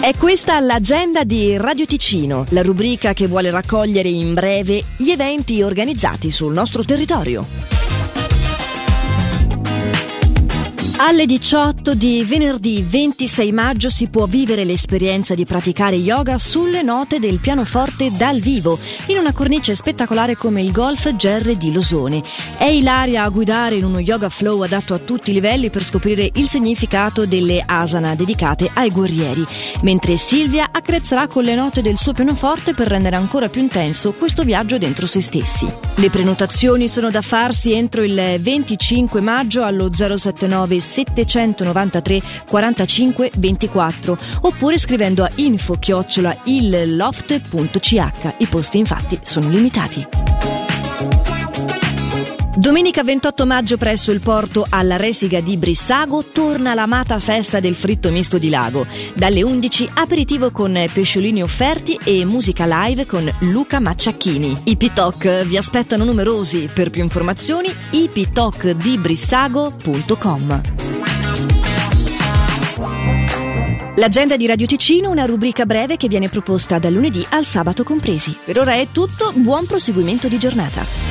È questa l'agenda di Radio Ticino, la rubrica che vuole raccogliere in breve gli eventi organizzati sul nostro territorio. Alle 18 di venerdì 26 maggio si può vivere l'esperienza di praticare yoga sulle note del pianoforte dal vivo, in una cornice spettacolare come il Golf GR di Losone. È Ilaria a guidare in uno yoga flow adatto a tutti i livelli per scoprire il significato delle asana dedicate ai guerrieri, mentre Silvia accarezzerà con le note del suo pianoforte per rendere ancora più intenso questo viaggio dentro se stessi. Le prenotazioni sono da farsi entro il 25 maggio allo 079 793 45 24 oppure scrivendo a info@illoft.ch. I posti infatti sono limitati. Domenica 28 maggio presso il porto alla Resiga di Brissago torna l'amata festa del fritto misto di lago. Dalle 11 aperitivo con pesciolini offerti e musica live con Luca Macciacchini. I Pitok vi aspettano numerosi. Per più informazioni ipitokdibrissago.com. L'agenda di Radio Ticino, una rubrica breve che viene proposta dal lunedì al sabato compresi. Per ora è tutto, buon proseguimento di giornata.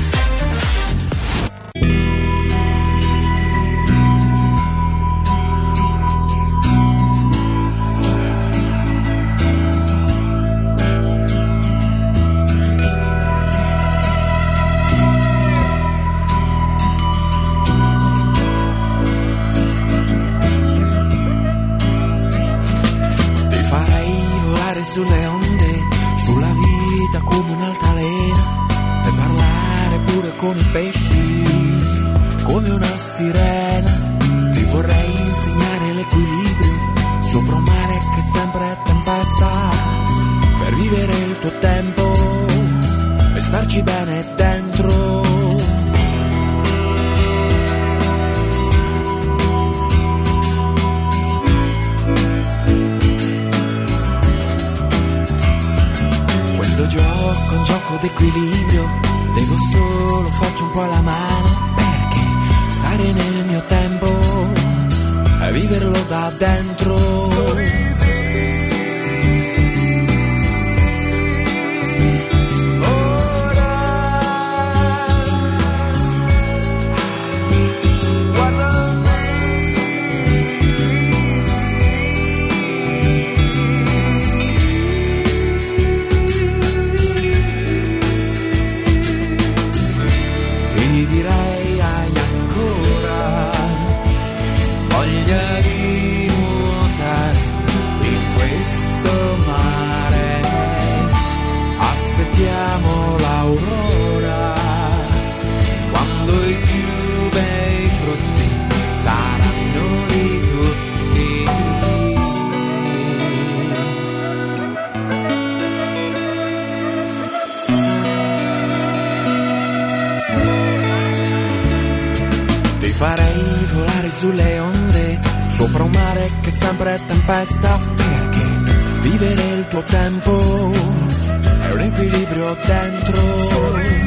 Sulle onde, sulla vita come un'altalena, e parlare pure con i pesci come una sirena. Ti vorrei insegnare l'equilibrio sopra un mare che sempre è tempesta, per vivere il tuo tempo e starci bene dentro. Gioco, un gioco d'equilibrio, devo solo farci un po' la mano, perché stare nel mio tempo e viverlo da dentro. Direi hai ancora voglia di nuotare in questo mare. Aspettiamo l'aurora, quando i più bei frutti saranno di tutti. Farei volare sulle onde, sopra un mare che sempre è tempesta, perché vivere il tuo tempo è un equilibrio dentro.